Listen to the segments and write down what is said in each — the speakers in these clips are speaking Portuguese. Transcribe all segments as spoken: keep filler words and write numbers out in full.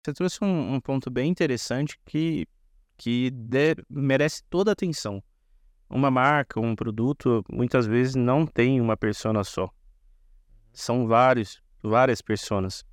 Você trouxe um, um ponto bem interessante que, que de- merece toda a atenção. Uma marca, um produto, muitas vezes não tem uma persona só. São vários, várias personas.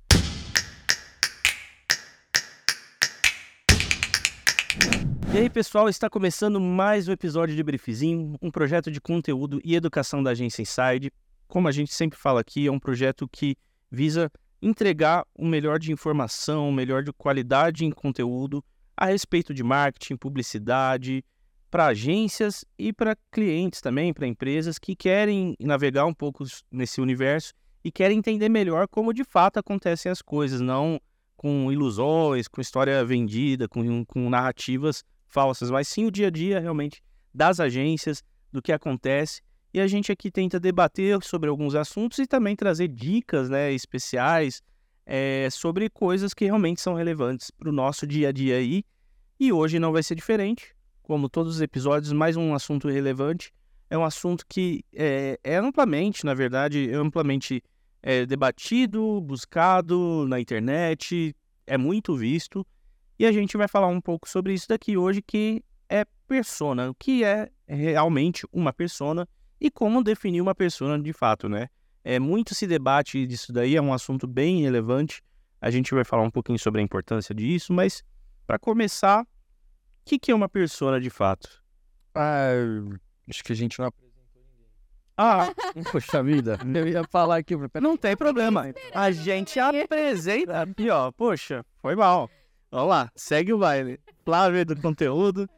E aí, pessoal, está começando mais um episódio de Briefzinho, um projeto de conteúdo e educação da agência Inside. Como a gente sempre fala aqui, é um projeto que visa entregar o melhor de informação, o melhor de qualidade em conteúdo a respeito de marketing, publicidade, para agências e para clientes também, para empresas que querem navegar um pouco nesse universo e querem entender melhor como de fato acontecem as coisas, não com ilusões, com história vendida, com, com narrativas falsas, mas sim o dia a dia realmente das agências, do que acontece. E a gente aqui tenta debater sobre alguns assuntos e também trazer dicas, né, especiais é, sobre coisas que realmente são relevantes para o nosso dia a dia aí. E hoje não vai ser diferente. Como todos os episódios, mais um assunto relevante. É um assunto que é, é amplamente, na verdade, é amplamente é, debatido, buscado na internet, é muito visto. E a gente vai falar um pouco sobre isso daqui hoje, que é persona. O que é realmente uma persona e como definir uma persona de fato, né? É, muito se debate disso daí, é um assunto bem relevante. A gente vai falar um pouquinho sobre a importância disso, mas para começar, o que, que é uma persona de fato? Ah, acho que a gente não apresentou ninguém. Ah, poxa vida. Eu ia falar aqui, Não tem problema. A gente apresenta aqui, ó. Poxa, foi mal. Vamos lá, segue o baile. Flávio do conteúdo.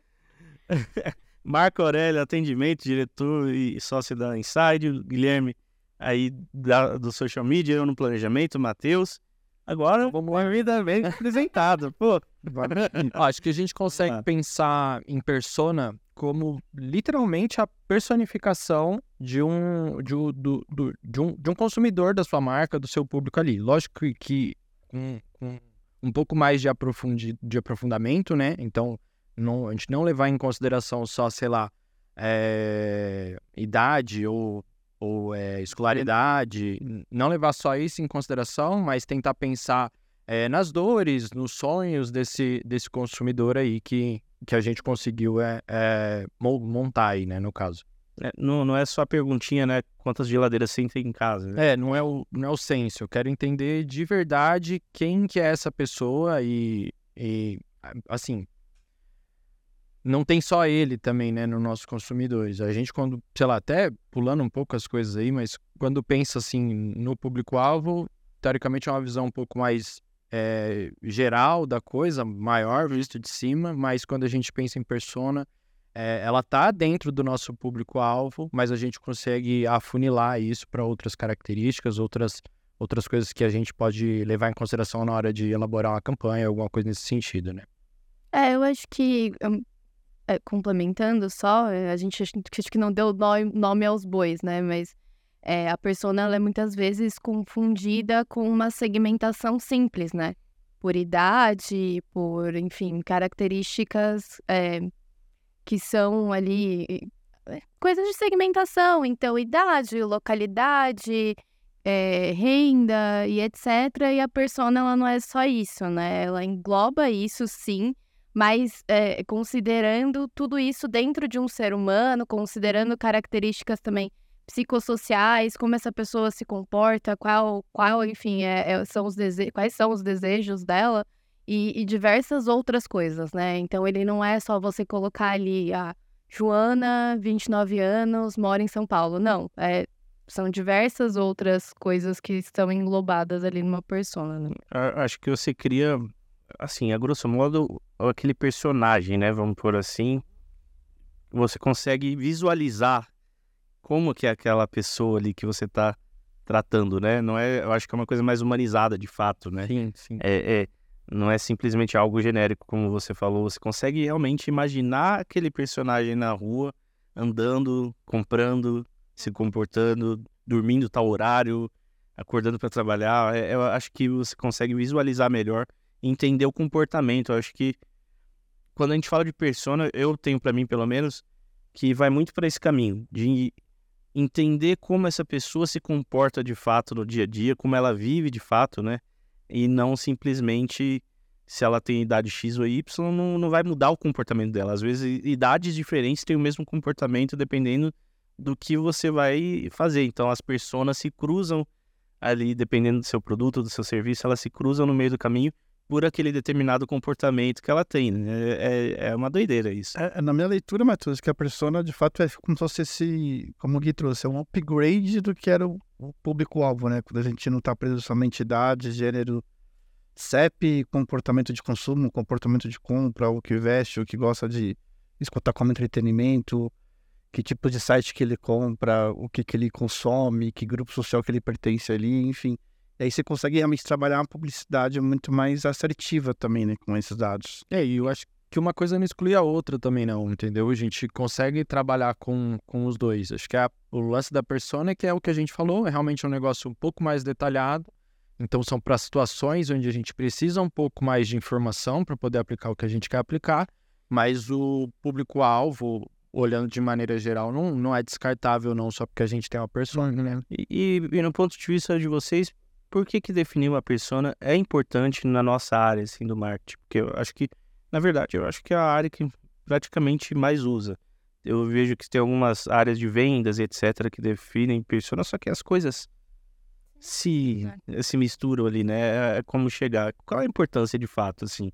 Marco Aurélio, atendimento, diretor e sócio da Inside. O Guilherme aí da, do social media, eu no planejamento, Matheus. Agora, Vamos lá. uma vida bem apresentada. Pô, Ó, acho que a gente consegue Ah. pensar em persona como literalmente a personificação de um, de, um- do, do- de um, de um consumidor da sua marca, do seu público ali. Lógico que, que com, com um pouco mais de, aprofundi, de aprofundamento, né? Então, não, a gente não levar em consideração só, sei lá, é, idade ou, ou é, escolaridade, n- não levar só isso em consideração, mas tentar pensar é, nas dores, nos sonhos desse, desse consumidor aí que, que a gente conseguiu é, é, mo- montar aí, né, no caso. é, não, não é só a perguntinha, né? Quantas geladeiras você tem em casa, né? É, não é o, não é o senso, eu quero entender de verdade quem que é essa pessoa e, e assim, não tem só ele também, né, nos nossos consumidores. A gente quando, sei lá, até pulando um pouco as coisas aí, mas quando pensa assim no público-alvo, teoricamente é uma visão um pouco mais é, geral da coisa, maior, visto de cima, mas quando a gente pensa em persona, é, ela tá dentro do nosso público-alvo, mas a gente consegue afunilar isso para outras características, outras, outras coisas que a gente pode levar em consideração na hora de elaborar uma campanha, alguma coisa nesse sentido, né? É, eu acho que, hum, é, complementando só, é, a gente acho que acho que não deu nó- nome aos bois, né? Mas é, a persona, ela é muitas vezes confundida com uma segmentação simples, né? Por idade, por, enfim, características é, que são ali é, coisas de segmentação. Então, idade, localidade, é, renda e etcétera. E a persona, ela não é só isso, né? Ela engloba isso, sim, mas é, considerando tudo isso dentro de um ser humano, considerando características também psicossociais, como essa pessoa se comporta, qual, qual enfim, é, é- são os dese- quais são os desejos dela e, e diversas outras coisas, né? Então, ele não é só você colocar ali a Joana, vinte e nove anos, mora em São Paulo. Não, é, são diversas outras coisas que estão englobadas ali numa persona, né? A- Acho que você cria, assim, a grosso modo, aquele personagem, né? Vamos por assim. Você consegue visualizar como que é aquela pessoa ali que você está tratando, né? Não é, eu acho que é uma coisa mais humanizada, de fato, né? Sim, sim. É, é, não é simplesmente algo genérico, como você falou. Você consegue realmente imaginar aquele personagem na rua, andando, comprando, se comportando, dormindo tal horário, acordando para trabalhar. É, eu acho que você consegue visualizar melhor e entender o comportamento. Eu acho que quando a gente fala de persona, eu tenho para mim, pelo menos, que vai muito para esse caminho de entender como essa pessoa se comporta de fato no dia a dia, como ela vive de fato, né? E não simplesmente se ela tem idade X ou Y, não, não vai mudar o comportamento dela. Às vezes, idades diferentes têm o mesmo comportamento dependendo do que você vai fazer. Então, as personas se cruzam ali, dependendo do seu produto, do seu serviço, elas se cruzam no meio do caminho por aquele determinado comportamento que ela tem, né? É, é uma doideira isso. É, na minha leitura, Matheus, que a persona, de fato, é como se fosse esse, como o Gui trouxe, é um upgrade do que era o, o público-alvo, né? Quando a gente não está preso somente idade, gênero, C E P, comportamento de consumo, comportamento de compra, o que veste, o que gosta de escutar como entretenimento, que tipo de site que ele compra, o que, que ele consome, que grupo social que ele pertence ali, enfim. E aí você consegue realmente trabalhar uma publicidade muito mais assertiva também, né, com esses dados. É, e eu acho que uma coisa não exclui a outra também não, entendeu? A gente consegue trabalhar com, com os dois. Acho que a, o lance da persona, que é o que a gente falou, é realmente um negócio um pouco mais detalhado. Então são para situações onde a gente precisa um pouco mais de informação para poder aplicar o que a gente quer aplicar, mas o público-alvo, olhando de maneira geral, não, não é descartável não, só porque a gente tem uma persona, né? E, e, e no ponto de vista de vocês, por que que definir uma persona é importante na nossa área, assim, do marketing? Porque eu acho que, na verdade, eu acho que é a área que praticamente mais usa. Eu vejo que tem algumas áreas de vendas e etcétera que definem persona, só que as coisas se, se misturam ali, né? É como chegar. Qual a importância de fato, assim,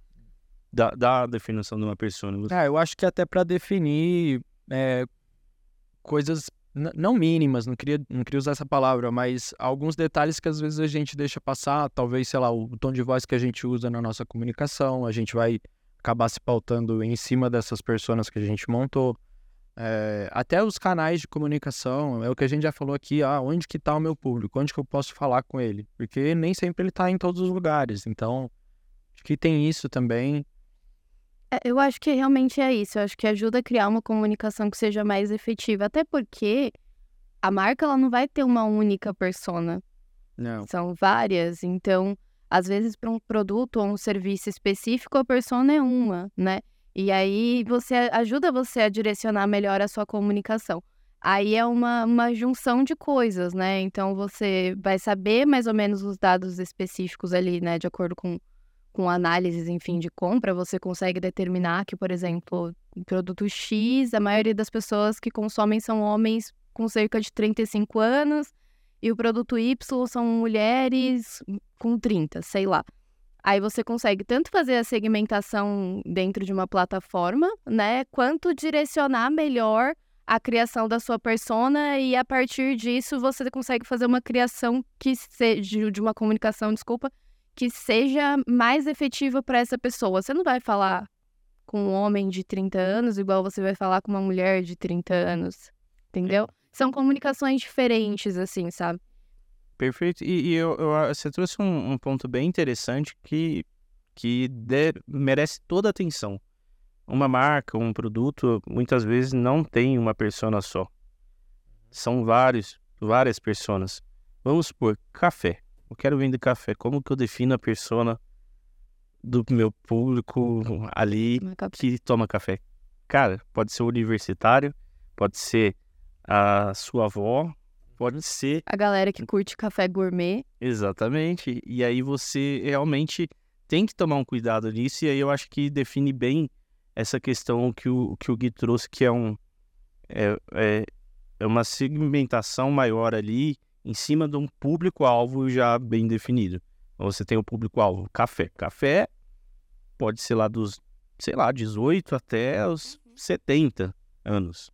da, da definição de uma persona? Ah, eu acho que até para definir é, coisas n- não mínimas, não queria, não queria usar essa palavra, mas alguns detalhes que às vezes a gente deixa passar, talvez, sei lá, o tom de voz que a gente usa na nossa comunicação, a gente vai acabar se pautando em cima dessas pessoas que a gente montou. É, até os canais de comunicação, é o que a gente já falou aqui, ah, onde que tá o meu público, onde que eu posso falar com ele, porque nem sempre ele tá em todos os lugares, então acho que tem isso também. É, eu acho que realmente é isso. Eu acho que ajuda a criar uma comunicação que seja mais efetiva. Até porque a marca ela não vai ter uma única persona. Não. São várias. Então, às vezes, para um produto ou um serviço específico, a persona é uma, né? E aí você ajuda você a direcionar melhor a sua comunicação. Aí é uma, uma junção de coisas, né? Então você vai saber mais ou menos os dados específicos ali, né? De acordo com com análises, enfim, de compra, você consegue determinar que, por exemplo, o produto X, a maioria das pessoas que consomem são homens com cerca de trinta e cinco anos, e o produto Y são mulheres com trinta, sei lá. Aí você consegue tanto fazer a segmentação dentro de uma plataforma, né, quanto direcionar melhor a criação da sua persona, e a partir disso você consegue fazer uma criação que seja, de uma comunicação, desculpa, que seja mais efetiva para essa pessoa. Você não vai falar com um homem de trinta anos igual você vai falar com uma mulher de trinta anos, entendeu? São comunicações diferentes, assim, sabe? Perfeito. E, e eu, eu- você trouxe um, um ponto bem interessante que, que de- merece toda a atenção. Uma marca, um produto, muitas vezes não tem uma persona só. São vários, várias personas. Vamos supor, café. Eu quero vender café. Como que eu defino a persona do meu público ali que toma café? Cara, pode ser o universitário, pode ser a sua avó, pode ser... A galera que curte café gourmet. Exatamente. E aí você realmente tem que tomar um cuidado nisso. E aí eu acho que define bem essa questão que o, que o Gui trouxe, que é, um, é, é, é uma segmentação maior ali em cima de um público-alvo já bem definido. Então, você tem o público-alvo café. Café pode ser lá dos, sei lá, dezoito até os setenta anos.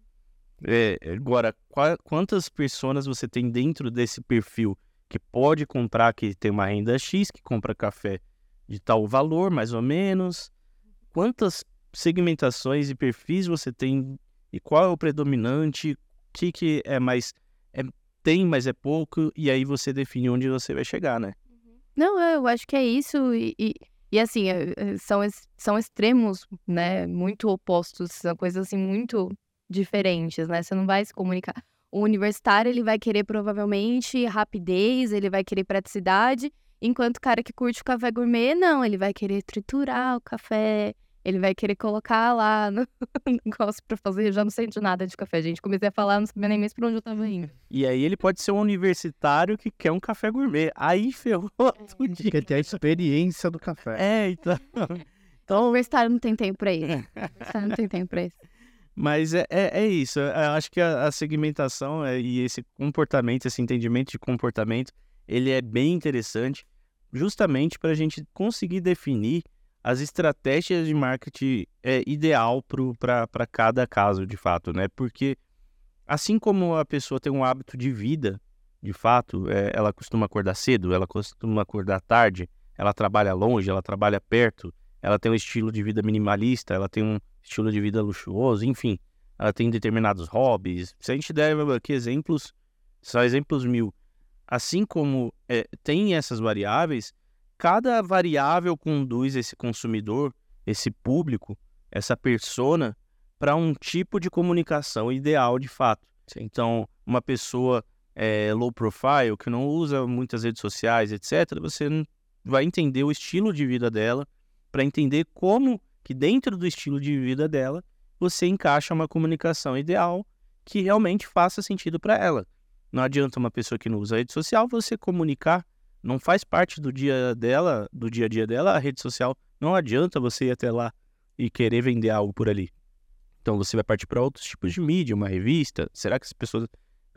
É, agora, qua- quantas pessoas você tem dentro desse perfil que pode comprar, que tem uma renda X, que compra café de tal valor, mais ou menos? Quantas segmentações e perfis você tem? E qual é o predominante? O que, que é mais... É, tem, mas é pouco, e aí você define onde você vai chegar, né? Não, eu acho que é isso. E, e, e, assim, é- é- são, ex- são extremos, né? Muito opostos. São coisas, assim, muito diferentes, né? Você não vai se comunicar. O universitário, ele vai querer, provavelmente, rapidez, ele vai querer praticidade, enquanto o cara que curte o café gourmet, não. Ele vai querer triturar o café, ele vai querer colocar lá no negócio pra fazer. Eu já não sei de nada de café, gente. Comecei a falar, não sabia nem mesmo pra onde eu tava indo. E aí ele pode ser um universitário que quer um café gourmet. Aí ferrou tudo. Quer ter a experiência do café. É, então... O então universitário não tem tempo pra isso. O universitário não tem tempo pra isso. mas é, é, é isso. Eu acho que a, a segmentação é, e esse comportamento, esse entendimento de comportamento, ele é bem interessante, justamente para a gente conseguir definir as estratégias de marketing é, ideal para cada caso, de fato, né? Porque assim como a pessoa tem um hábito de vida, de fato, é, ela costuma acordar cedo, ela costuma acordar tarde, ela trabalha longe, ela trabalha perto, ela tem um estilo de vida minimalista, ela tem um estilo de vida luxuoso, enfim, ela tem determinados hobbies. Se a gente der aqui exemplos, só exemplos mil. Assim como é, tem essas variáveis, cada variável conduz esse consumidor, esse público, essa persona, para um tipo de comunicação ideal de fato. Sim. Então, uma pessoa é, low profile, que não usa muitas redes sociais, etcétera, você vai entender o estilo de vida dela, para entender como que dentro do estilo de vida dela, você encaixa uma comunicação ideal que realmente faça sentido para ela. Não adianta uma pessoa que não usa rede social você comunicar, não faz parte do dia dela, do dia a dia dela, a rede social. Não adianta você ir até lá e querer vender algo por ali. Então você vai partir para outros tipos de mídia, uma revista. Será que as pessoas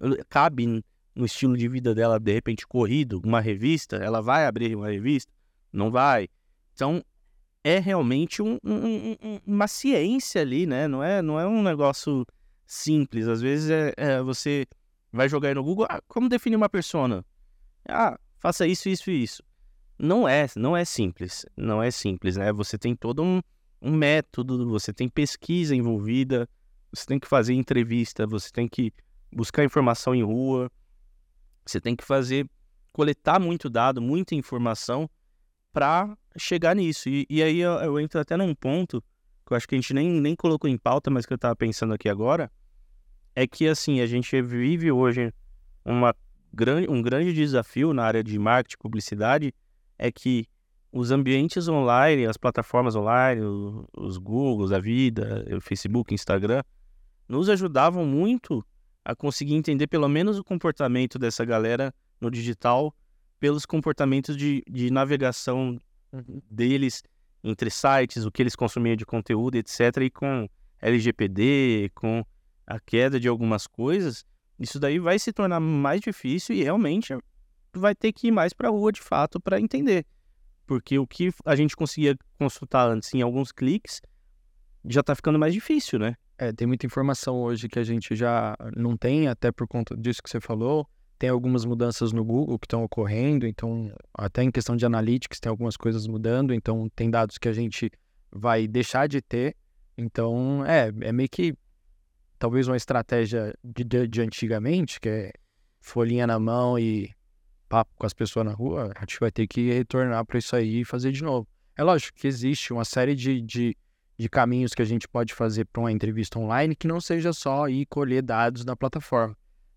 cabe no estilo de vida dela, de repente, corrido, uma revista? Ela vai abrir uma revista? Não vai. Então é realmente um, um, um, uma ciência ali, né? Não é, não é um negócio simples. Às vezes é, é, você vai jogar aí no Google, ah, como definir uma persona? Ah, faça isso, isso e isso. Não é, não é simples. Não é simples, né? Você tem todo um, um método, você tem pesquisa envolvida, você tem que fazer entrevista, você tem que buscar informação em rua, você tem que fazer, coletar muito dado, muita informação para chegar nisso. E, e aí eu, eu entro até num ponto que eu acho que a gente nem, nem colocou em pauta, mas que eu estava pensando aqui agora, é que assim, a gente vive hoje uma grande, um grande desafio na área de marketing e publicidade, é que os ambientes online, as plataformas online, os, os Googles, a vida, o Facebook, Instagram, nos ajudavam muito a conseguir entender pelo menos o comportamento dessa galera no digital, pelos comportamentos de, de navegação deles entre sites, o que eles consumiam de conteúdo, etcétera. E com L G P D, com a queda de algumas coisas, isso daí vai se tornar mais difícil e realmente vai ter que ir mais para a rua de fato para entender. Porque o que a gente conseguia consultar antes em alguns cliques já está ficando mais difícil, né? É, tem muita informação hoje que a gente já não tem, até por conta disso que você falou. Tem algumas mudanças no Google que estão ocorrendo, então até em questão de analytics tem algumas coisas mudando, então tem dados que a gente vai deixar de ter. Então, é, é meio que talvez uma estratégia de, de, de antigamente, que é folhinha na mão e papo com as pessoas na rua, a gente vai ter que retornar para isso aí e fazer de novo. É lógico que existe uma série de, de, de caminhos que a gente pode fazer para uma entrevista online que não seja só ir colher dados na plataforma,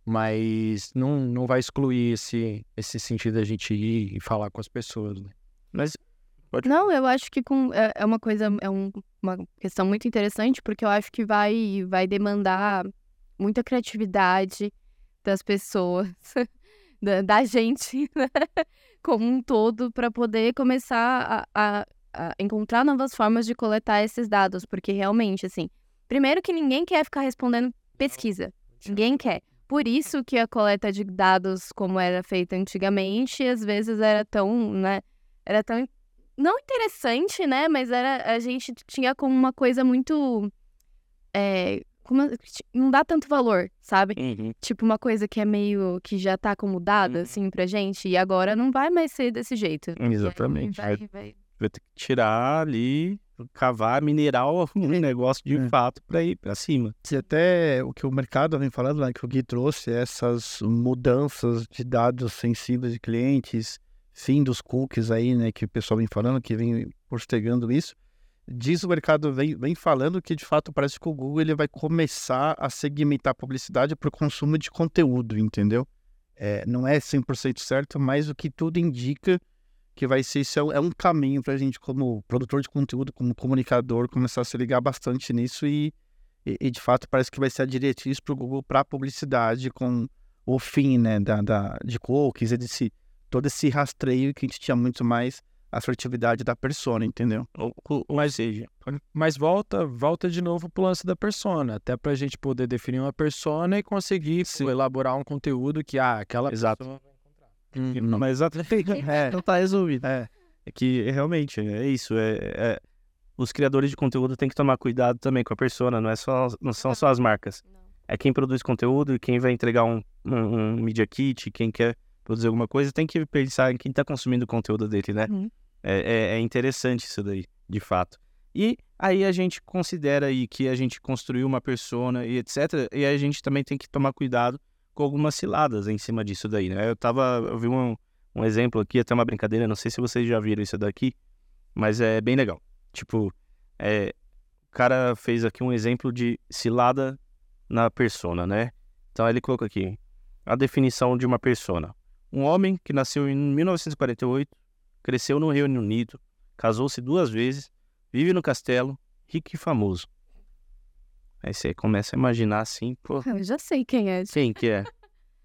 mas não, não vai excluir esse, esse sentido da gente ir e falar com as pessoas, né? Mas pode... Não, eu acho que com, é, é uma coisa, é um, uma questão muito interessante, porque eu acho que vai, vai demandar muita criatividade das pessoas, da, da gente, né? Como um todo, para poder começar a, a, a encontrar novas formas de coletar esses dados, porque realmente, assim, primeiro que ninguém quer ficar respondendo pesquisa, ninguém quer. Por isso que a coleta de dados, como era feita antigamente, às vezes era tão, né, era tão, não interessante, né, mas era, a gente tinha como uma coisa muito, é, como, não dá tanto valor, sabe? Uhum. Tipo, uma coisa que é meio, que já tá acomodada, Uhum. assim, pra gente, e agora não vai mais ser desse jeito. Exatamente. Vai, vai... Vai ter que tirar ali, cavar, minerar um negócio de É. fato para ir para cima. E até o que o mercado vem falando, né, que o Gui trouxe, essas mudanças de dados sensíveis de clientes, fim dos cookies aí, né, que o pessoal vem falando, que vem postergando isso. Diz o mercado, vem, vem falando que de fato parece que o Google ele vai começar a segmentar a publicidade para o consumo de conteúdo, entendeu? É, não é cem por cento certo, mas o que tudo indica que vai ser, isso é, um- é um caminho pra gente, como produtor de conteúdo, como comunicador, começar a se ligar bastante nisso e, e, e, de fato, parece que vai ser a diretriz pro Google para publicidade com o fim, né, da, da, de cookies, e desse, todo esse rastreio que a gente tinha muito mais assertividade da persona, entendeu? Ou, ou, ou seja, Mas volta, volta de novo pro lance da persona, até pra gente poder definir uma persona e conseguir pô, elaborar um conteúdo que, ah, aquela Exato. pessoa vai encontrar. Hum, mas exatamente. É. Não tá resolvido. É. É que realmente é isso. É, é- os criadores de conteúdo têm que tomar cuidado também com a persona, não, é só, não são só as marcas. É quem produz conteúdo e quem vai entregar um, um, um Media Kit, quem quer produzir alguma coisa, tem que pensar em quem tá consumindo o conteúdo dele, né? Uhum. É, é- é interessante isso daí, de fato. E aí a gente considera aí que a gente construiu uma persona e etcétera. E a gente também tem que tomar cuidado com algumas ciladas em cima disso daí, né? Eu tava, eu vi um, um exemplo aqui, até uma brincadeira, não sei se vocês já viram isso daqui, mas é bem legal. Tipo, é, o cara fez aqui um exemplo de cilada na persona, né? Então ele colocou aqui a definição de uma persona. Um homem que nasceu em mil novecentos e quarenta e oito, cresceu no Reino Unido, casou-se duas vezes, vive no castelo, rico e famoso. Aí você começa a imaginar assim, pô, Eu já sei quem é. quem que é?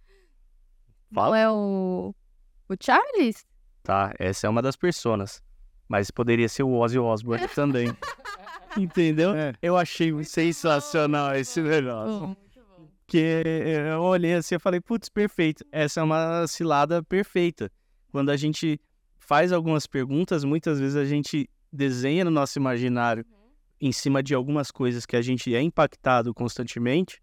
Não é o... O Charles? Tá, essa é uma das personas. Mas poderia ser o Ozzy Osbourne também. Entendeu? É. Eu achei sensacional esse negócio. Bom. Que eu olhei assim e falei, putz, perfeito. Essa é uma cilada perfeita. Quando a gente faz algumas perguntas, muitas vezes a gente desenha no nosso imaginário em cima de algumas coisas que a gente é impactado constantemente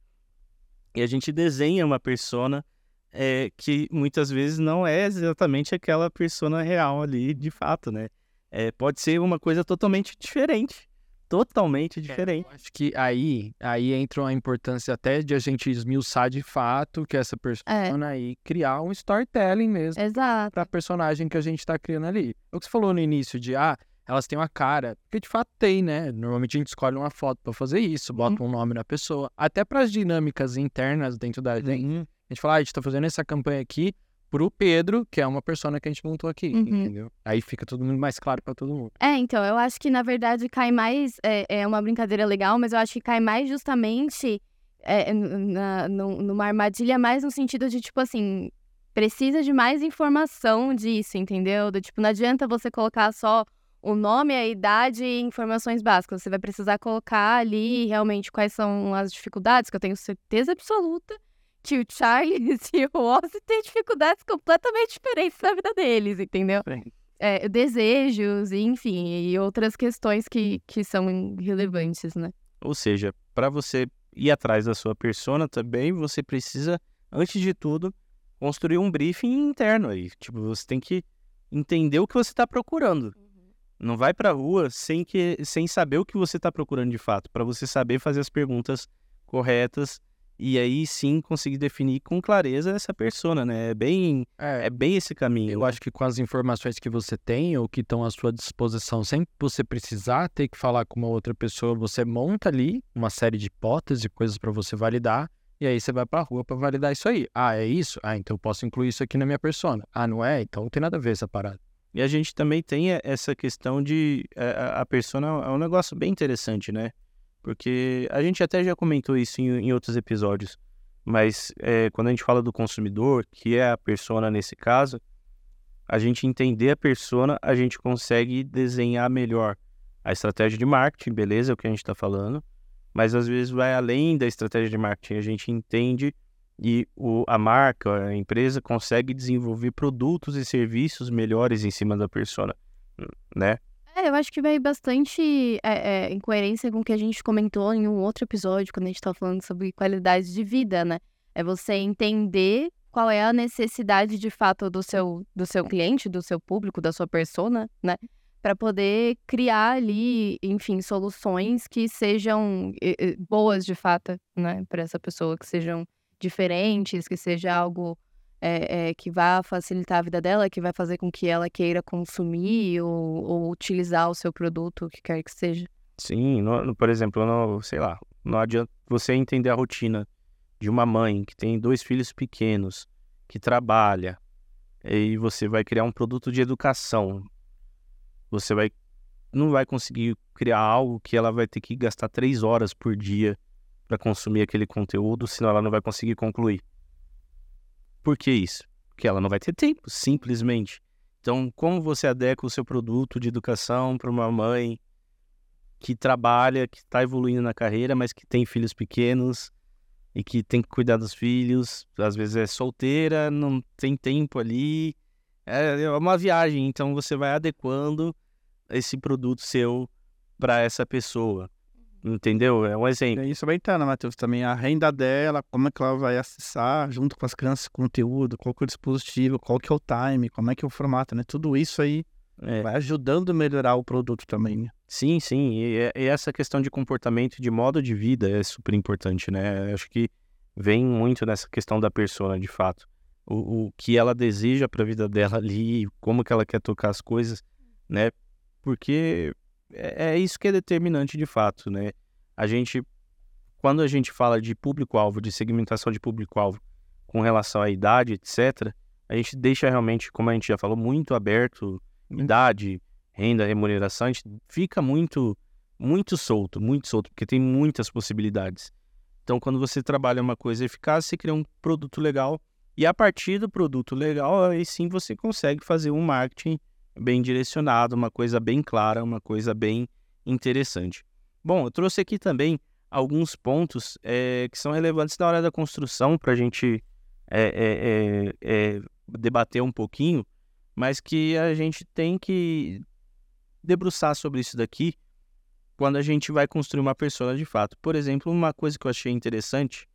e a gente desenha uma persona é, que muitas vezes não é exatamente aquela persona real ali, de fato, né? É, pode ser uma coisa totalmente diferente. Totalmente diferente. Acho que aí, aí entra a importância até de a gente esmiuçar de fato que essa persona aí criar um storytelling mesmo Exato. pra personagem que a gente tá criando ali. O que você falou no início de, ah, elas têm uma cara, porque de fato tem, né? Normalmente a gente escolhe uma foto pra fazer isso, bota um nome na pessoa. Até pras dinâmicas internas dentro da gente. A gente fala, ah, a gente tá fazendo essa campanha aqui pro Pedro, que é uma persona que a gente montou aqui, Uhum. entendeu? Aí fica tudo muito mais claro pra todo mundo. É, então, eu acho que na verdade cai mais. É, é uma brincadeira legal, mas eu acho que cai mais justamente é, na, no- numa armadilha, mais no sentido de, tipo assim, precisa de mais informação disso, entendeu? Do, tipo, não adianta você colocar só o nome, a idade e informações básicas. Você vai precisar colocar ali realmente quais são as dificuldades, que eu tenho certeza absoluta que o Charles e o Ozzy têm dificuldades completamente diferentes na vida deles, entendeu? É, desejos, e, enfim, e outras questões que, que são relevantes, né? Ou seja, para você ir atrás da sua persona também, você precisa, antes de tudo, construir um briefing interno aí. Tipo, você tem que entender o que você está procurando. Não vai pra rua sem, que, sem saber o que você está procurando de fato, para você saber fazer as perguntas corretas e aí sim conseguir definir com clareza essa persona, né? É bem, É, é bem esse caminho. eu acho que com as informações que você tem ou que estão à sua disposição, sem você precisar ter que falar com uma outra pessoa, você monta ali uma série de hipóteses e coisas para você validar, e aí você vai pra rua para validar isso aí. Ah, é isso? Ah, então eu posso incluir isso aqui na minha persona. Ah, não é? Então não tem nada a ver essa parada. E a gente também tem e- essa questão de... é, A, a persona é um negócio bem interessante, né? Porque a gente até já comentou isso em, em outros episódios. Mas é, quando a gente fala do consumidor, que é a persona nesse caso, a gente entender a persona, a gente consegue desenhar melhor a estratégia de marketing, beleza? É o que a gente está falando. Mas às vezes vai além da estratégia de marketing. A gente entende e o, a marca, a empresa consegue desenvolver produtos e serviços melhores em cima da persona, né? É, eu acho que vai bastante é, é, em coerência com o que a gente comentou em um outro episódio, quando a gente tava falando sobre qualidade de vida, né? É você entender qual é a necessidade de fato do seu, do seu cliente, do seu público, da sua persona, né? Para poder criar ali, enfim, soluções que sejam eh, eh, boas de fato, né? Para essa pessoa, que sejam diferentes, que seja algo é, é, que vá facilitar a vida dela, que vai fazer com que ela queira consumir ou, ou utilizar o seu produto, o que quer que seja. Sim, no- no- por exemplo, no, sei lá, não adianta você entender a rotina de uma mãe que tem dois filhos pequenos, que trabalha, e você vai criar um produto de educação. Você vai, não vai conseguir criar algo que ela vai ter que gastar três horas por dia para consumir aquele conteúdo, senão ela não vai conseguir concluir. Por que isso? Porque ela não vai ter tempo, simplesmente. Então, como você adequa o seu produto de educação para uma mãe que trabalha, que está evoluindo na carreira, mas que tem filhos pequenos e que tem que cuidar dos filhos, às vezes é solteira, não tem tempo ali, é uma viagem, então você vai adequando esse produto seu para essa pessoa, entendeu? É um E exemplo. aí isso vai entrar, né, Matheus? Também a renda dela, como é que ela vai acessar junto com as crianças conteúdo, qual que é o dispositivo, qual que é o time, como é que é o formato, né? Tudo isso aí É, vai ajudando a melhorar o produto também, né? sim, sim, e, e essa questão de comportamento, de modo de vida é super importante, né? Eu acho que vem muito nessa questão da persona, de fato. O, o que ela deseja para a vida dela ali, como que ela quer tocar as coisas, né? Porque é, é isso que é determinante de fato, né? A gente, quando a gente fala de público-alvo, de segmentação de público-alvo com relação à idade, etcétera, a gente deixa realmente, como a gente já falou, muito aberto, idade, renda, remuneração, a gente fica muito, muito solto, muito solto, porque tem muitas possibilidades. Então, quando você trabalha uma coisa eficaz, você cria um produto legal, e a partir do produto legal, aí sim você consegue fazer um marketing bem direcionado, uma coisa bem clara, uma coisa bem interessante. Bom, eu trouxe aqui também alguns pontos é, que são relevantes na hora da construção para a gente é, é, é, é, debater um pouquinho, mas que a gente tem que debruçar sobre isso daqui quando a gente vai construir uma persona de fato. Por exemplo, uma coisa que eu achei interessante,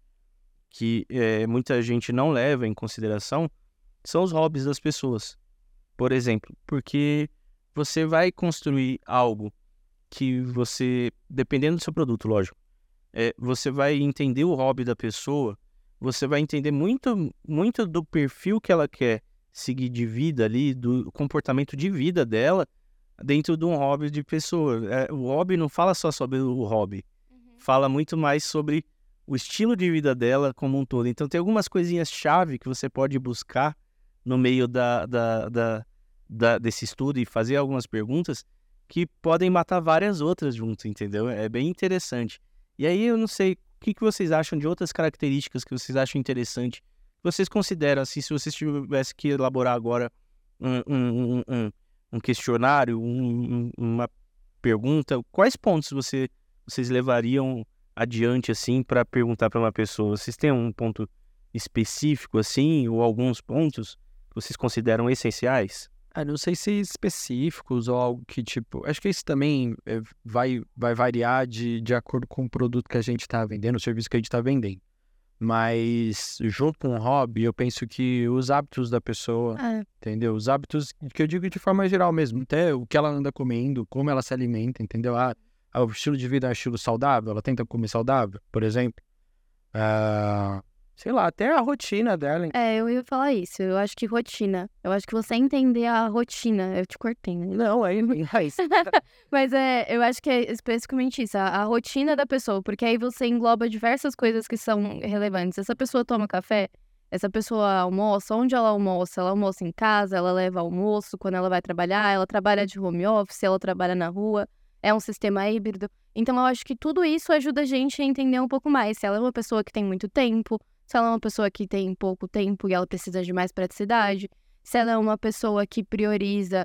que é, muita gente não leva em consideração, são os hobbies das pessoas. Por exemplo, porque você vai construir algo que você, dependendo do seu produto, lógico, é, você vai entender o hobby da pessoa, você vai entender muito, muito do perfil que ela quer seguir de vida ali, do comportamento de vida dela dentro de um hobby de pessoa. É, o hobby não fala só sobre o hobby, uhum. Fala muito mais sobre o estilo de vida dela como um todo. Então tem algumas coisinhas-chave que você pode buscar no meio da, da, da, da, desse estudo e fazer algumas perguntas que podem matar várias outras junto, entendeu? É bem interessante. E aí eu não sei, o que, que vocês acham de outras características que vocês acham interessante, que vocês consideram, assim, se vocês tivessem que elaborar agora um, um, um, um, um questionário, um, um, uma pergunta, quais pontos você, vocês levariam adiante, assim, para perguntar para uma pessoa? Vocês têm um ponto específico, assim, ou alguns pontos que vocês consideram essenciais? Ah, não sei se específicos ou algo que, tipo... Acho que isso também é, vai, vai variar de, de acordo com o produto que a gente está vendendo, o serviço que a gente está vendendo. Mas, junto com o hobby, eu penso que os hábitos da pessoa, É. entendeu? Os hábitos que eu digo de forma geral mesmo, até o que ela anda comendo, como ela se alimenta, entendeu? Ah, o estilo de vida é um estilo saudável, ela tenta comer saudável, por exemplo. Ah... Sei lá, até a rotina dela. É, eu ia falar isso. Eu acho que rotina. Eu acho que você entender a rotina. Eu te cortei, né? Não, aí não é isso. Mas é, eu acho que é especificamente isso, a, a rotina da pessoa, porque aí você engloba diversas coisas que são relevantes. Essa pessoa toma café, essa pessoa almoça, onde ela almoça? Ela almoça em casa, ela leva almoço quando ela vai trabalhar, ela trabalha de home office, ela trabalha na rua, é um sistema híbrido. Então eu acho que tudo isso ajuda a gente a entender um pouco mais. Se ela é uma pessoa que tem muito tempo, se ela é uma pessoa que tem pouco tempo e ela precisa de mais praticidade, se ela é uma pessoa que prioriza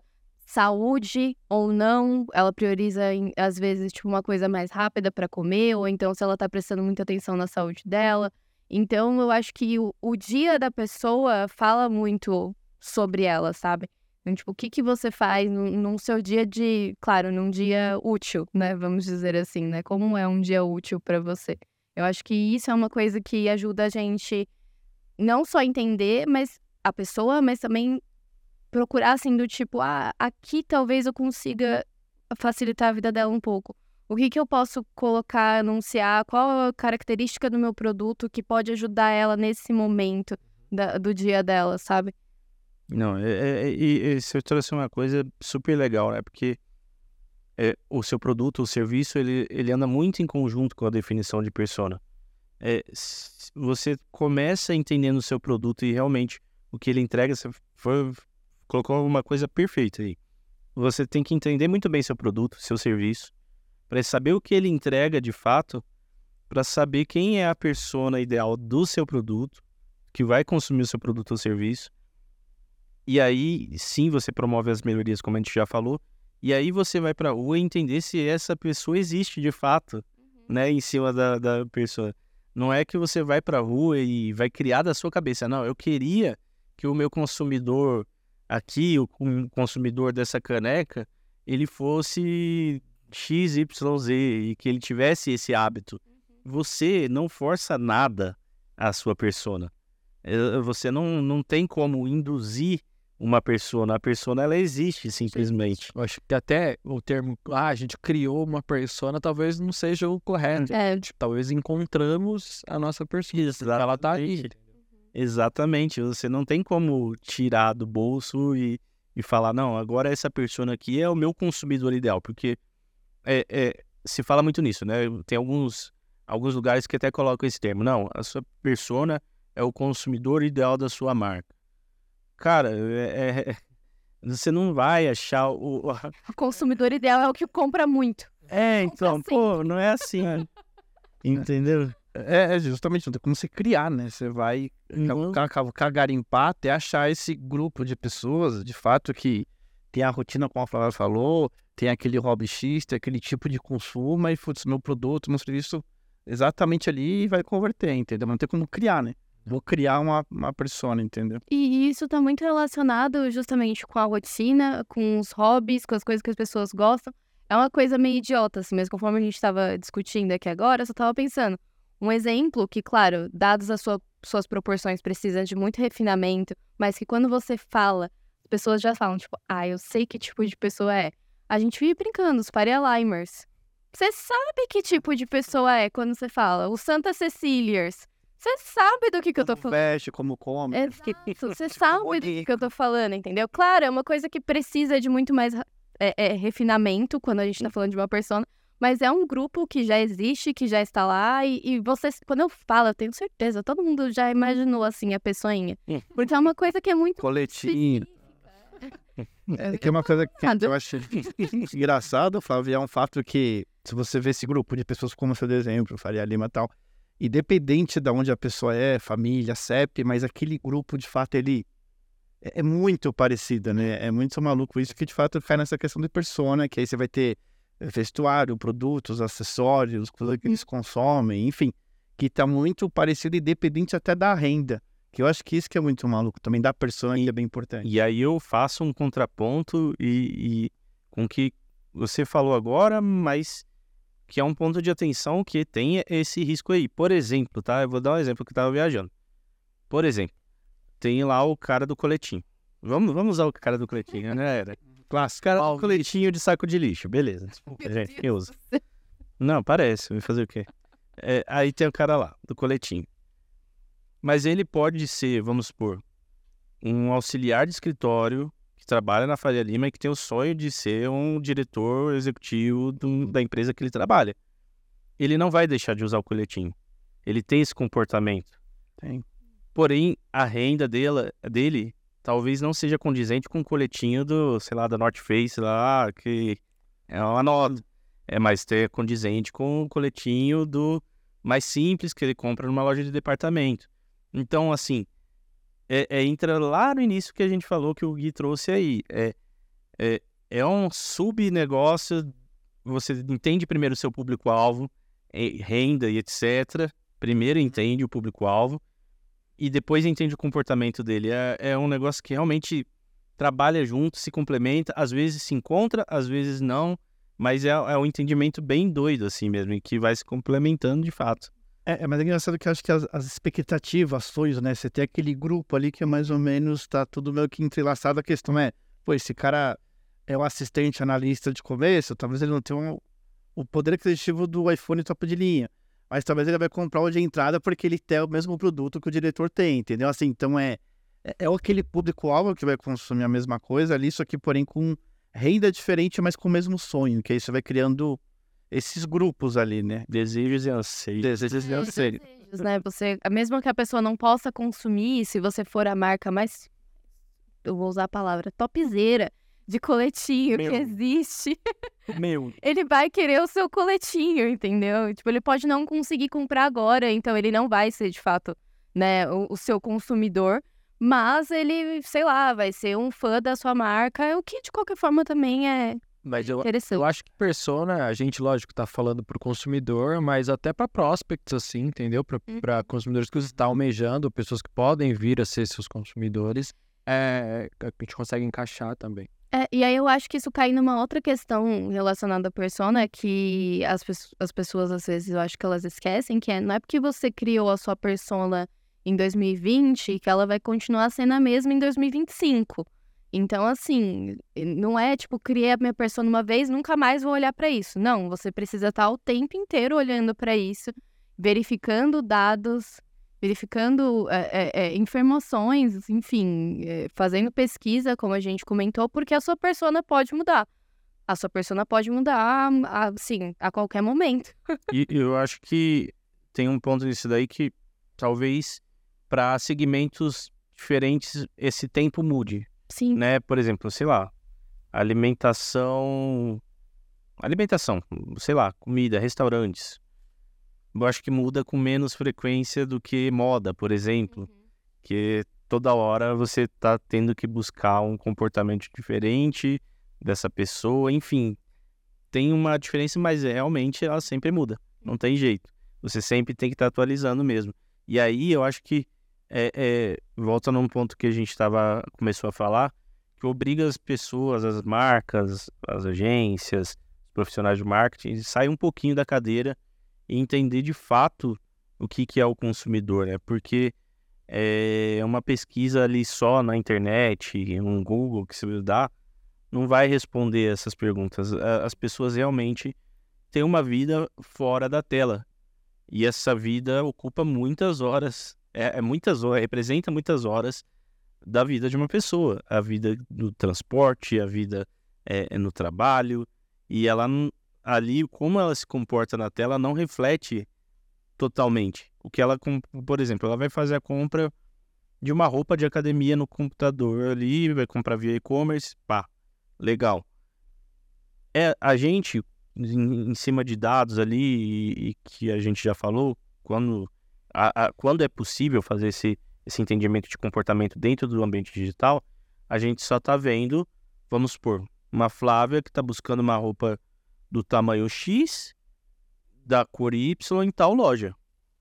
saúde ou não, ela prioriza, em, às vezes, tipo, uma coisa mais rápida para comer, ou então se ela tá prestando muita atenção na saúde dela. Então, eu acho que o, o dia da pessoa fala muito sobre ela, sabe? Então, tipo, o que que você faz no, no seu dia de... Claro, num dia útil, né? Vamos dizer assim, né? Como é um dia útil para você? Eu acho que isso é uma coisa que ajuda a gente não só entender mas a pessoa, mas também procurar, assim, do tipo, ah, aqui talvez eu consiga facilitar a vida dela um pouco. O que que eu posso colocar, anunciar, qual a característica do meu produto que pode ajudar ela nesse momento da, do dia dela, sabe? Não, é, é, e, e você trouxe uma coisa super legal, né? Porque é, o seu produto, o serviço, ele, ele anda muito em conjunto com a definição de persona. É, você começa entendendo o seu produto e realmente o que ele entrega, você foi, colocou uma coisa perfeita aí. Você tem que entender muito bem seu produto, seu serviço, para saber o que ele entrega de fato, para saber quem é a persona ideal do seu produto, que vai consumir o seu produto ou serviço. E aí, sim, você promove as melhorias, como a gente já falou, e aí você vai para a rua entender se essa pessoa existe de fato, uhum. né, em cima da, da pessoa. Não é que você vai para a rua e vai criar da sua cabeça. Não, eu queria que o meu consumidor aqui, o consumidor dessa caneca, ele fosse X Y Z e que ele tivesse esse hábito. Uhum. Você não força nada à sua persona. Você não, não tem como induzir uma persona. A persona, ela existe simplesmente. Eu acho que até o termo, ah, a gente criou uma persona, talvez não seja o correto. É. Tipo, talvez encontramos a nossa persona. Exatamente. Ela tá aí. Exatamente. Você não tem como tirar do bolso e, e falar, não, agora essa persona aqui é o meu consumidor ideal. Porque é, é, se fala muito nisso, né? Tem alguns, alguns lugares que até colocam esse termo. Não, a sua persona é o consumidor ideal da sua marca. Cara, é, é, você não vai achar o... O consumidor ideal é o que compra muito. É, então, assim. pô, não é assim. Entendeu? É, é justamente, não tem como você criar, né? Você vai Uhum. cagarimpar até achar esse grupo de pessoas, de fato, que tem a rotina, como a Flávia falou, tem aquele hobby X, tem aquele tipo de consumo, e putz, meu produto, meu serviço, exatamente ali vai converter, entendeu? Não tem como criar, né? Vou criar uma, uma persona, entendeu? E isso tá muito relacionado justamente com a rotina, com os hobbies, com as coisas que as pessoas gostam. É uma coisa meio idiota, assim, mas conforme a gente estava discutindo aqui agora, eu só tava pensando. Um exemplo que, claro, dados as sua, suas proporções, precisa de muito refinamento, mas que quando você fala, as pessoas já falam, tipo, ah, eu sei que tipo de pessoa é. A gente vive brincando, os Faria Limers. Você sabe que tipo de pessoa é quando você fala. Os Santa Cecilias. Você sabe do que, que eu tô Como falando. veste, como come. Exato, você sabe do que, que eu tô falando, entendeu? Claro, é uma coisa que precisa de muito mais é, é, refinamento quando a gente tá falando de uma persona, mas é um grupo que já existe, que já está lá, e, e você, quando eu falo, eu tenho certeza, todo mundo já imaginou, assim, a pessoinha. Porque é uma coisa que é muito Coletinho. É que é uma coisa que eu acho engraçado, Flávio, é um fato que, se você vê esse grupo de pessoas como o seu exemplo, Faria Lima e tal, independente de onde a pessoa é, família, C E P, mas aquele grupo, de fato, ele é, é muito parecido, né? É muito maluco isso, que de fato cai nessa questão de persona, que aí você vai ter vestuário, produtos, acessórios, coisas que eles consomem, enfim, que tá muito parecido, independente até da renda. Que eu acho que isso que é muito maluco, também da persona, que é bem importante. E aí eu faço um contraponto e, e com o que você falou agora, mas que é um ponto de atenção que tem esse risco aí. Por exemplo, tá? Eu vou dar um exemplo que eu tava viajando. Por exemplo, tem lá o cara do coletinho. Vamos, vamos usar o cara do coletinho, né? Era clássico. Cara do coletinho de saco de lixo. Beleza. Desculpa, gente. Eu uso. Não, parece. Vai fazer o quê? É, aí tem o cara lá, do coletinho. Mas ele pode ser, vamos supor, um auxiliar de escritório que trabalha na Faria Lima e que tem o sonho de ser um diretor executivo do, da empresa que ele trabalha. Ele não vai deixar de usar o coletinho. Ele tem esse comportamento. Tem. Porém, a renda dele, dele talvez não seja condizente com o coletinho do, sei lá, da North Face lá, que é uma nota. É mais ter condizente com o coletinho do mais simples que ele compra numa loja de departamento. Então, assim, é, é, entra lá no início que a gente falou que o Gui trouxe aí. É, é, é um subnegócio, você entende primeiro o seu público-alvo, é, renda e etcétera. Primeiro entende o público-alvo e depois entende o comportamento dele. É, é um negócio que realmente trabalha junto, se complementa, às vezes se encontra, às vezes não, mas é, é um entendimento bem doido assim mesmo, e que vai se complementando de fato. É, mas é engraçado que eu acho que as, as expectativas, as sonhos, né? Você tem aquele grupo ali que é mais ou menos, tá tudo meio que entrelaçado. A questão é, pô, esse cara é o assistente analista de começo, talvez ele não tenha um, o poder aquisitivo do iPhone top de linha, mas talvez ele vai comprar o de entrada porque ele tem o mesmo produto que o diretor tem, entendeu? Assim, então é, é, é aquele público-alvo que vai consumir a mesma coisa ali, só que porém com renda diferente, mas com o mesmo sonho, que aí você vai criando esses grupos ali, né? Desejos e anseios. Desejos e anseios. né? Você, mesmo que a pessoa não possa consumir, se você for a marca mais, eu vou usar a palavra, topzera de coletinho Meu. que existe, Meu, ele vai querer o seu coletinho, entendeu? Tipo, ele pode não conseguir comprar agora, então ele não vai ser, de fato, né, o, o seu consumidor, mas ele, sei lá, vai ser um fã da sua marca, o que de qualquer forma também é Mas eu, interessante. eu acho que persona, a gente, lógico, tá falando pro consumidor, mas até para prospects, assim, entendeu? Para Uhum. consumidores que estão almejando, pessoas que podem vir a ser seus consumidores, é, a gente consegue encaixar também. É, e aí eu acho que isso cai numa outra questão relacionada à persona, que as, pes- as pessoas, às vezes, eu acho que elas esquecem, que é, não é porque você criou a sua persona em dois mil e vinte que ela vai continuar sendo a mesma em dois mil e vinte e cinco. Então, assim, não é tipo, criei a minha persona uma vez, nunca mais vou olhar pra isso. Não, você precisa estar o tempo inteiro olhando pra isso, verificando dados, verificando é, é, é, informações, enfim, é, fazendo pesquisa, como a gente comentou, porque a sua persona pode mudar. A sua persona pode mudar, assim, a qualquer momento. e eu acho que tem um ponto nisso daí que talvez para segmentos diferentes esse tempo mude, Sim. né? Por exemplo, sei lá, alimentação, alimentação, sei lá, comida, restaurantes. Eu acho que muda com menos frequência do que moda, por exemplo, que toda hora você tá tendo que buscar um comportamento diferente dessa pessoa, enfim, tem uma diferença, mas realmente ela sempre muda, não tem jeito. Você sempre tem que estar atualizando mesmo. E aí eu acho que é, é, volta num ponto que a gente tava, começou a falar, que obriga as pessoas, as marcas, as agências, os profissionais de marketing, a sair um pouquinho da cadeira e entender de fato o que, que é o consumidor, né? Porque é uma pesquisa ali só na internet, um Google que você dá, não vai responder essas perguntas. A- As pessoas realmente têm uma vida fora da tela. E essa vida ocupa muitas horas, é, é muitas horas, representa muitas horas da vida de uma pessoa. A vida no transporte, a vida é, é no trabalho. E ela não- ali, como ela se comporta na tela, não reflete totalmente. O que ela, com- por exemplo, ela vai fazer a compra de uma roupa de academia no computador ali, vai comprar via e-commerce, pá, legal. É a gente, em, em cima de dados ali, e, e que a gente já falou, quando, a- a- quando é possível fazer esse, esse entendimento de comportamento dentro do ambiente digital, a gente só está vendo, vamos supor, uma Flávia que está buscando uma roupa do tamanho X, da cor Y em tal loja.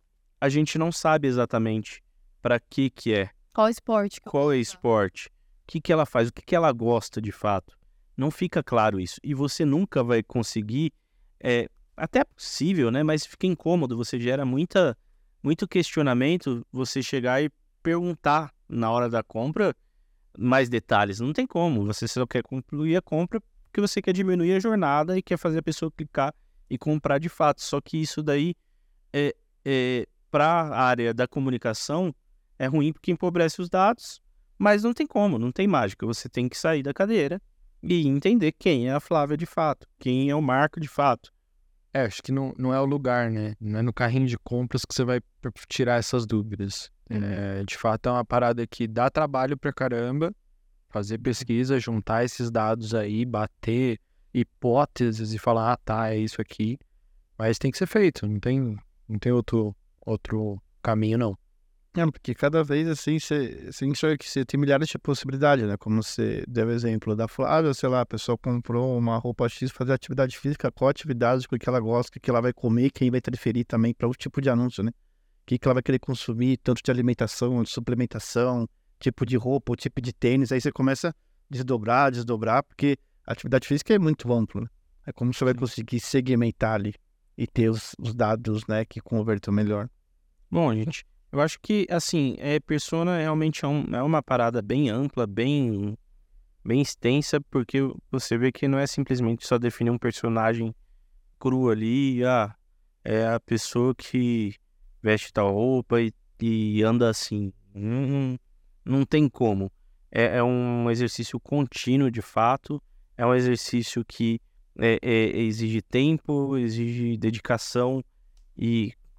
A gente não sabe exatamente para que que é, Qual esporte que eu qual vou é o usar? esporte, o que que ela faz, o que que ela gosta de fato. Não fica claro isso. E você nunca vai conseguir, é, até é possível, né? Mas fica incômodo, você gera muita, muito questionamento, você chegar e perguntar na hora da compra mais detalhes. Não tem como, você só quer concluir a compra porque você quer diminuir a jornada e quer fazer a pessoa clicar e comprar de fato. Só que isso daí, é, é, para a área da comunicação, é ruim porque empobrece os dados, mas não tem como, não tem mágica. Você tem que sair da cadeira e entender quem é a Flávia de fato, quem é o Marco de fato. É, acho que não, não é o lugar, né? Não é no carrinho de compras que você vai p- tirar essas dúvidas. É, de fato, é uma parada que dá trabalho pra caramba, fazer pesquisa, juntar esses dados aí, bater hipóteses e falar, ah, tá, é isso aqui. Mas tem que ser feito, não tem, não tem outro, outro caminho, não. É, porque cada vez assim você você enxerga que você tem milhares de possibilidades, né? Como você deu o exemplo da Flávia, sei lá, a pessoa comprou uma roupa X pra fazer atividade física, qual atividade, o que ela gosta, o que ela vai comer, quem vai interferir também para o tipo de anúncio, né? O que que ela vai querer consumir, tanto de alimentação, de suplementação, tipo de roupa, o tipo de tênis, aí você começa a desdobrar, desdobrar, porque a atividade física é muito amplo, né? É como você vai Sim. conseguir segmentar ali e ter os, os dados, né, que convertam melhor. Bom, gente, eu acho que, assim, é, persona realmente é, um- é uma parada bem ampla, bem, bem extensa, porque você vê que não é simplesmente só definir um personagem cru ali, ah, é a pessoa que veste tal roupa e, e anda assim. Não, não tem como. É, é um exercício contínuo, de fato, é um exercício que é, é, exige tempo, exige dedicação e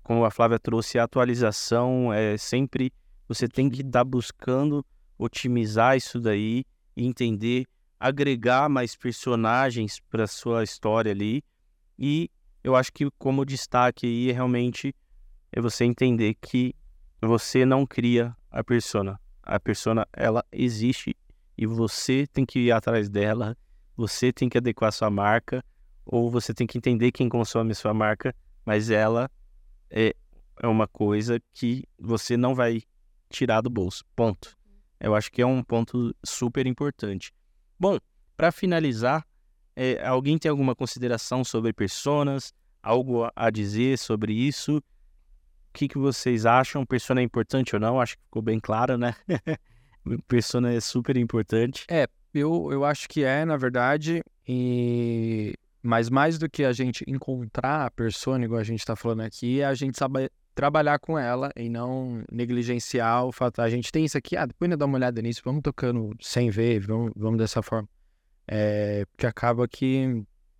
como a Flávia trouxe, a atualização é sempre, você tem que estar buscando otimizar isso daí e entender, agregar mais personagens para sua história ali. E eu acho que como destaque aí é realmente é você entender que você não cria a persona. A persona, ela existe e você tem que ir atrás dela, você tem que adequar sua marca, ou você tem que entender quem consome a sua marca, mas ela é, é uma coisa que você não vai tirar do bolso, ponto. Eu acho que é um ponto super importante. Bom, para finalizar, é, alguém tem alguma consideração sobre personas? Algo a dizer sobre isso? O que, que vocês acham? Persona é importante ou não? Acho que ficou bem claro, né? Persona é super importante. É, eu, eu acho que é, na verdade, e... mas mais do que a gente encontrar a persona, igual a gente está falando aqui, é a gente saber trabalhar com ela e não negligenciar o fato. A gente tem isso aqui, ah, depois ainda dá uma olhada nisso, vamos tocando sem ver, vamos, vamos dessa forma. É, porque acaba que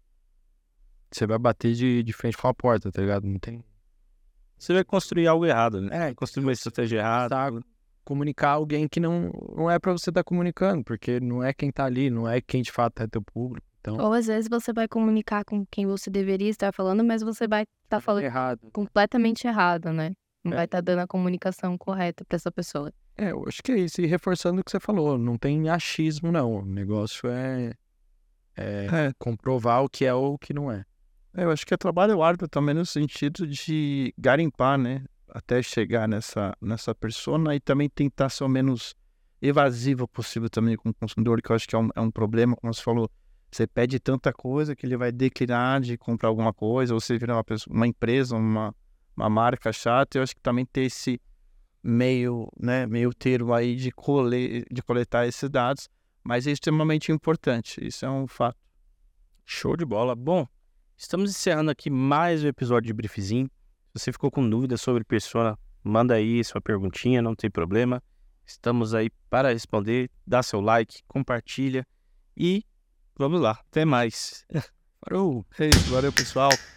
você vai bater de, de frente com a porta, tá ligado? Não tem... Você vai construir algo errado, né? É, Vai construir uma estratégia errada. Tá, comunicar alguém que não, não é pra você estar comunicando, porque não é quem tá ali, não é quem de fato é teu público. Então, Ou às vezes você vai comunicar com quem você deveria estar falando, mas você vai estar falando errado. completamente errado, né? Não É. vai estar dando a comunicação correta pra essa pessoa. É, eu acho que é isso. E reforçando o que você falou, não tem achismo, não. O negócio é, é É, comprovar o que é ou o que não é. eu acho que é trabalho árduo também no sentido de garimpar, né? Até chegar nessa, nessa persona e também tentar ser o menos evasivo possível também com o consumidor, que eu acho que é um, é um problema, como você falou. Você pede tanta coisa que ele vai declinar de comprar alguma coisa, ou você vira uma, pessoa, uma empresa, uma, uma marca chata. Eu acho que também ter esse meio, né, meio termo aí de, cole, de coletar esses dados, mas é extremamente importante, isso é um fato. Show de bola. Bom, estamos encerrando aqui mais um episódio de Briefzinho. Se você ficou com dúvidas sobre persona, manda aí sua perguntinha, não tem problema. Estamos aí para responder. Dá seu like, compartilha e vamos lá. Até mais. Parou! É isso, valeu pessoal.